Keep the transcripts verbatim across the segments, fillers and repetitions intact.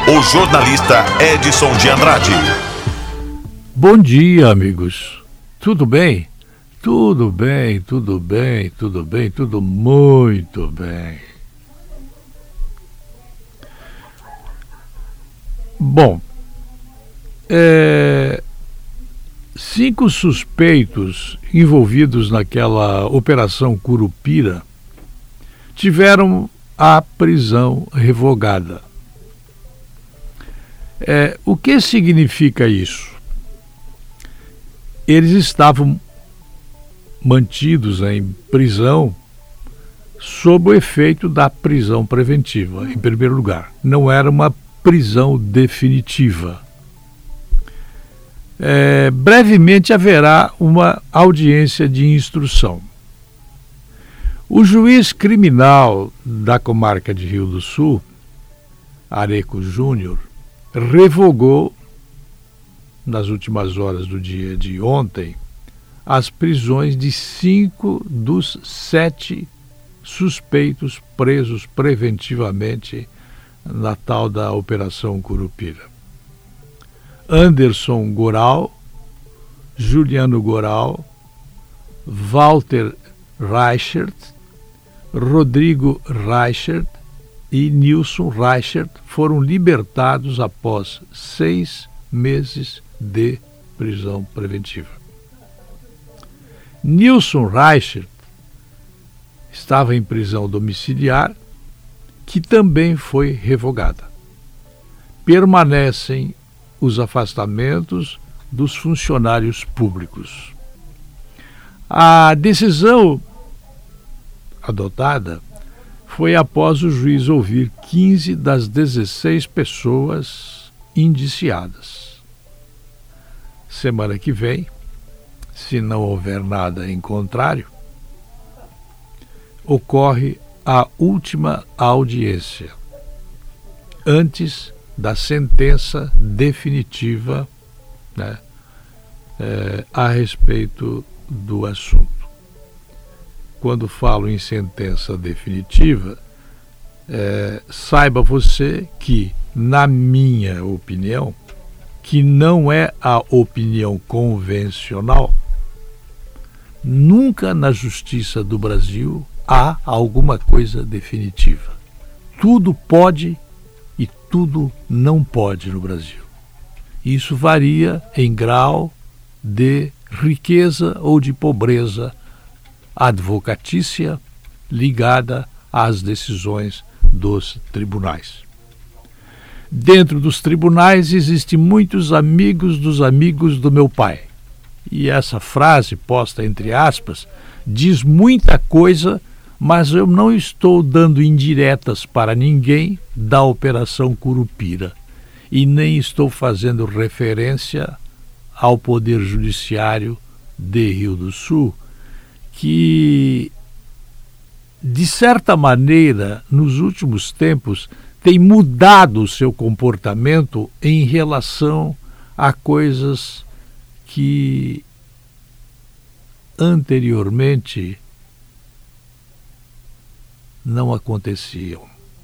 o jornalista Edson de Andrade. Bom dia, amigos. Tudo bem? Tudo bem, tudo bem, tudo bem, tudo muito bem. Bom, é, cinco suspeitos envolvidos naquela Operação Curupira tiveram a prisão revogada. É, o que significa isso? Eles estavam mantidos em prisão sob o efeito da prisão preventiva, em primeiro lugar. Não era uma prisão definitiva. É, brevemente haverá uma audiência de instrução. O juiz criminal da comarca de Rio do Sul, Areco Júnior, revogou, nas últimas horas do dia de ontem, as prisões de cinco dos sete suspeitos presos preventivamente na tal da Operação Curupira. Anderson Goral, Juliano Goral, Walter Reichert, Rodrigo Reichert e Nilson Reichert foram libertados após seis meses de prisão preventiva. Nilson Reichert estava em prisão domiciliar, que também foi revogada. Permanecem os afastamentos dos funcionários públicos. A decisão adotada foi após o juiz ouvir quinze das dezesseis pessoas indiciadas. Semana que vem, se não houver nada em contrário, ocorre a última audiência, antes da sentença definitiva, né, é, a respeito do assunto. Quando falo em sentença definitiva, é, saiba você que, na minha opinião, que não é a opinião convencional, nunca na justiça do Brasil há alguma coisa definitiva. Tudo pode e tudo não pode no Brasil. Isso varia em grau de riqueza ou de pobreza advocatícia ligada às decisões dos tribunais. Dentro dos tribunais existem muitos amigos dos amigos do meu pai. E essa frase, posta entre aspas, diz muita coisa, mas eu não estou dando indiretas para ninguém da Operação Curupira e nem estou fazendo referência ao Poder Judiciário de Rio do Sul, que, de certa maneira, nos últimos tempos, tem mudado o seu comportamento em relação a coisas que anteriormente não aconteciam.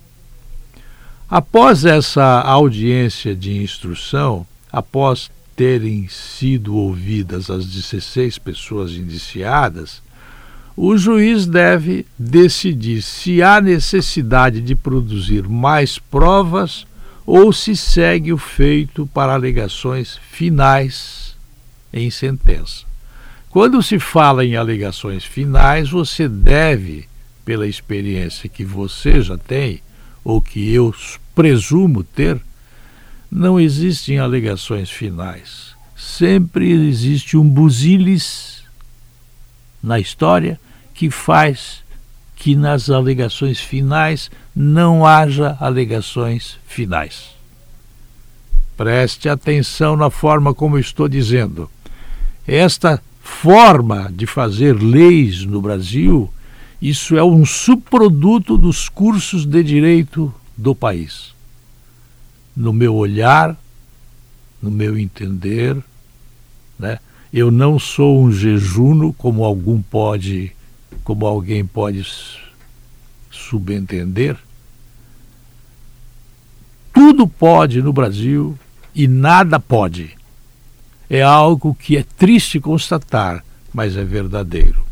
Após essa audiência de instrução, após terem sido ouvidas as dezesseis pessoas indiciadas, o juiz deve decidir se há necessidade de produzir mais provas ou se segue o feito para alegações finais em sentença. Quando se fala em alegações finais, você deve, pela experiência que você já tem, ou que eu presumo ter, não existem alegações finais. Sempre existe um busilis na história que faz que nas alegações finais não haja alegações finais. Preste atenção na forma como eu estou dizendo. Esta forma de fazer leis no Brasil, isso é um subproduto dos cursos de direito do país. No meu olhar, no meu entender, né? Eu não sou um jejuno, como algum pode, como alguém pode subentender. tudo pode no Brasil e nada pode. É algo que é triste constatar, mas é verdadeiro.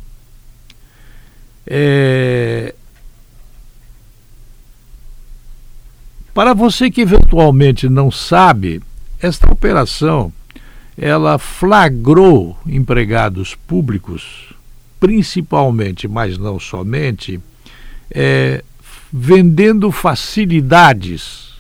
É... Para você que eventualmente não sabe, esta operação ela flagrou empregados públicos, principalmente, mas não somente, é, vendendo facilidades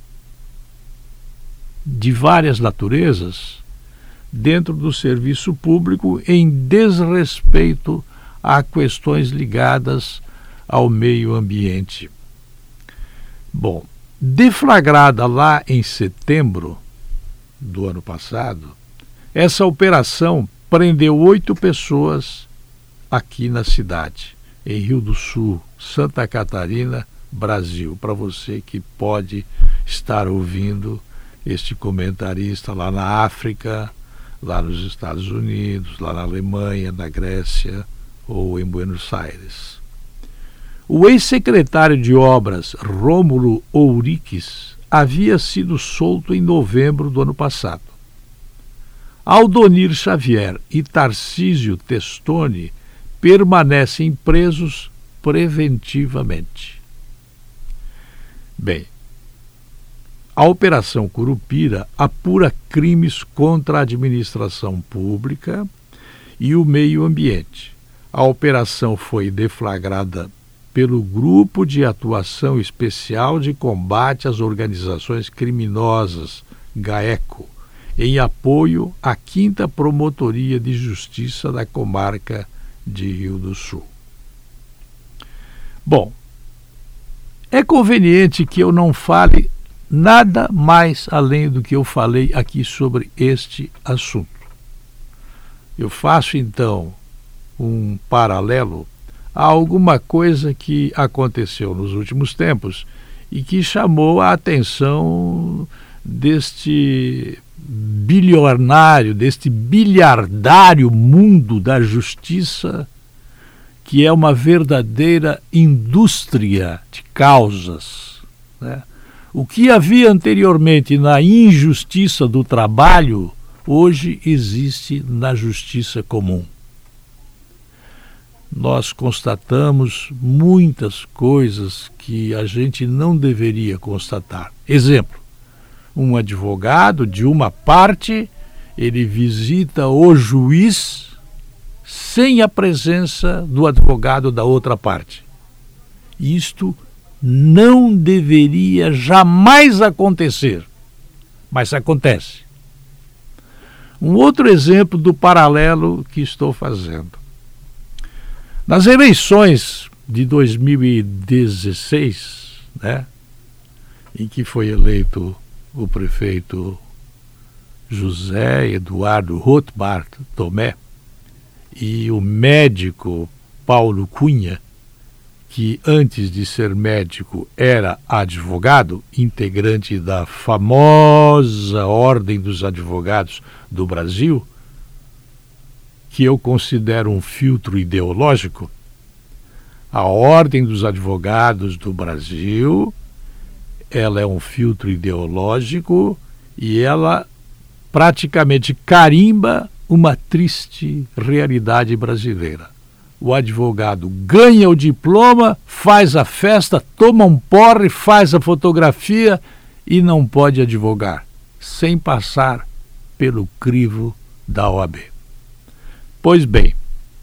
de várias naturezas dentro do serviço público em desrespeito a questões ligadas ao meio ambiente. Bom, deflagrada lá em setembro do ano passado, essa operação prendeu oito pessoas aqui na cidade, em Rio do Sul, Santa Catarina, Brasil, para você que pode estar ouvindo este comentarista lá na África, lá nos Estados Unidos, lá na Alemanha, na Grécia ou em Buenos Aires. O ex-secretário de Obras, Rômulo Ouriques, havia sido solto em novembro do ano passado. Aldonir Xavier e Tarcísio Testoni permanecem presos preventivamente. Bem, a Operação Curupira apura crimes contra a administração pública e o meio ambiente. A operação foi deflagrada pelo Grupo de Atuação Especial de Combate às Organizações Criminosas, GAECO, em apoio à quinta Promotoria de Justiça da Comarca de Rio do Sul. Bom, é conveniente que eu não fale nada mais além do que eu falei aqui sobre este assunto. Eu faço, então, um paralelo a alguma coisa que aconteceu nos últimos tempos e que chamou a atenção deste bilionário, deste bilhardário mundo da justiça, que é uma verdadeira indústria de causas, né? O que havia anteriormente na injustiça do trabalho, hoje existe na justiça comum. Nós constatamos muitas coisas que a gente não deveria constatar. Exemplo, um advogado de uma parte, ele visita o juiz sem a presença do advogado da outra parte. Isto não deveria jamais acontecer, mas acontece. Um outro exemplo do paralelo que estou fazendo. Nas eleições de dois mil e dezesseis, né, em que foi eleito o prefeito José Eduardo Rothbard Tomé e o médico Paulo Cunha, que antes de ser médico era advogado, integrante da famosa Ordem dos Advogados do Brasil, que eu considero um filtro ideológico. A Ordem dos Advogados do Brasil, ela é um filtro ideológico e ela praticamente carimba uma triste realidade brasileira. O advogado ganha o diploma, faz a festa, toma um porre, faz a fotografia e não pode advogar, sem passar pelo crivo da O A B. Pois bem,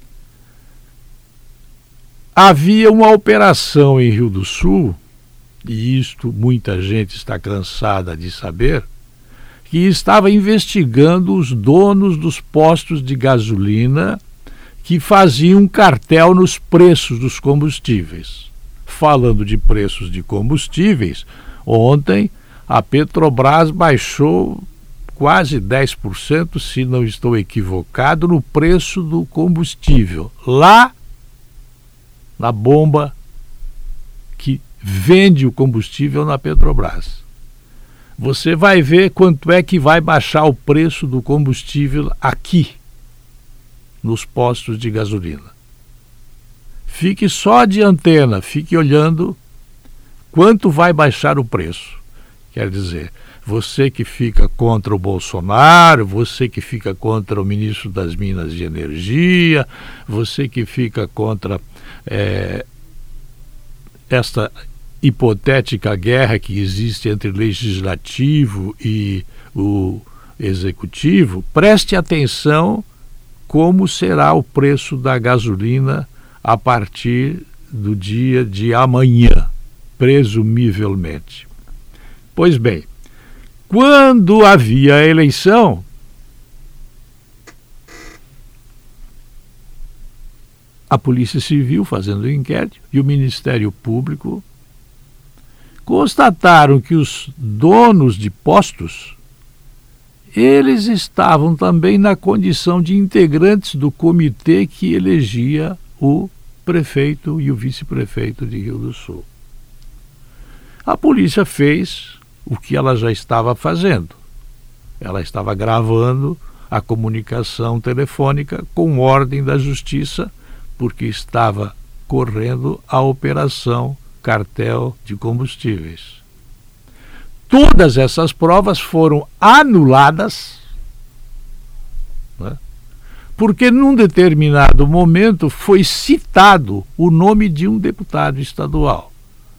havia uma operação em Rio do Sul, e isto muita gente está cansada de saber, que estava investigando os donos dos postos de gasolina que faziam cartel nos preços dos combustíveis. Falando de preços de combustíveis, ontem a Petrobras baixou quase dez por cento, se não estou equivocado, no preço do combustível, lá na bomba que vende o combustível na Petrobras. Você vai ver quanto é que vai baixar o preço do combustível aqui, nos postos de gasolina. Fique só de antena, fique olhando quanto vai baixar o preço. Quer dizer, você que fica contra o Bolsonaro, você que fica contra o ministro das Minas e Energia, você que fica contra é, esta hipotética guerra que existe entre o legislativo e o executivo, preste atenção como será o preço da gasolina a partir do dia de amanhã, presumivelmente. Pois bem, quando havia eleição, a Polícia Civil fazendo o inquérito e o Ministério Público constataram que os donos de postos, eles estavam também na condição de integrantes do comitê que elegia o prefeito e o vice-prefeito de Rio do Sul. A polícia fez o que ela já estava fazendo. Ela estava gravando a comunicação telefônica com ordem da Justiça, porque estava correndo a operação Cartel de Combustíveis. Todas essas provas foram anuladas, né, porque num determinado momento foi citado o nome de um deputado estadual,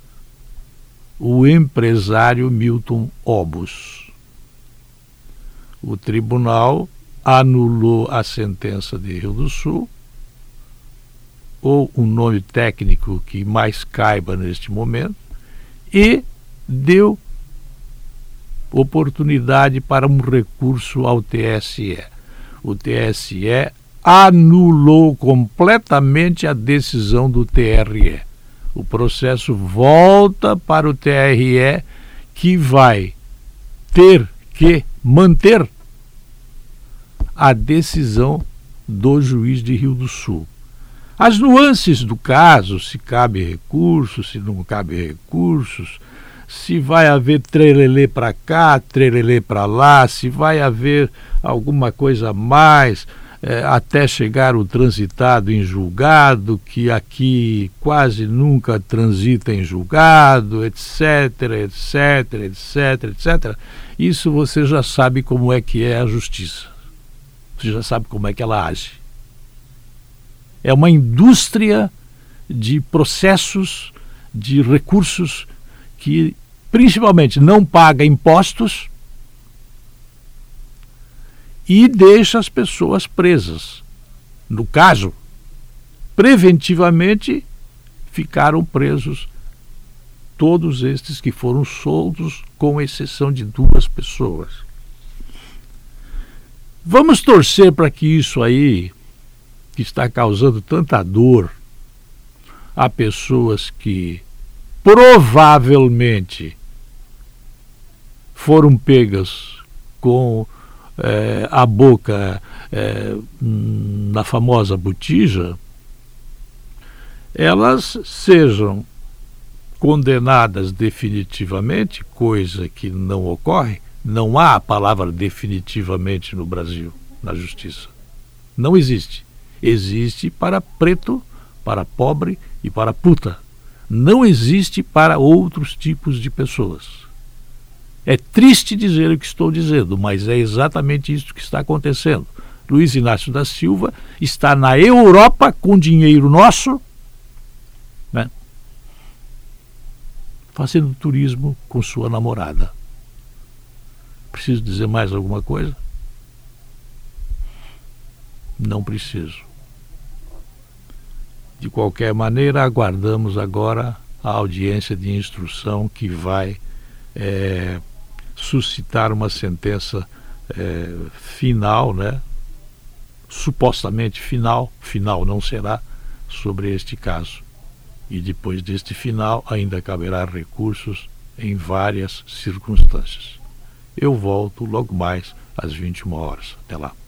o empresário Milton Obus. O tribunal anulou a sentença de Rio do Sul, ou um nome técnico que mais caiba neste momento, e deu oportunidade para um recurso ao T S E. O T S E anulou completamente a decisão do T R E. O processo volta para o T R E, que vai ter que manter a decisão do juiz de Rio do Sul. As nuances do caso, se cabe recurso, se não cabe recursos, se vai haver trelelê para cá, trelelê para lá, se vai haver alguma coisa a mais, é, até chegar o transitado em julgado, que aqui quase nunca transita em julgado, etc, etc, etc, etcétera. Isso você já sabe como é que é a justiça. Você já sabe como é que ela age. É uma indústria de processos, de recursos que principalmente não paga impostos e deixa as pessoas presas. No caso, preventivamente ficaram presos todos estes que foram soltos, com exceção de duas pessoas. Vamos torcer para que isso aí, que está causando tanta dor a pessoas que provavelmente foram pegas com é, a boca é, na famosa botija, elas sejam condenadas definitivamente, coisa que não ocorre. Não há a palavra definitivamente no Brasil, na justiça. Não existe. Existe para preto, para pobre e para puta. Não existe para outros tipos de pessoas. É triste dizer o que estou dizendo, mas é exatamente isso que está acontecendo. Luiz Inácio da Silva está na Europa com dinheiro nosso, né, fazendo turismo com sua namorada. Preciso dizer mais alguma coisa? Não preciso. De qualquer maneira, aguardamos agora a audiência de instrução que vai é, suscitar uma sentença é, final, né? Supostamente final, final não será, sobre este caso. E depois deste final ainda caberá recursos em várias circunstâncias. Eu volto logo mais às vinte e uma horas. Até lá.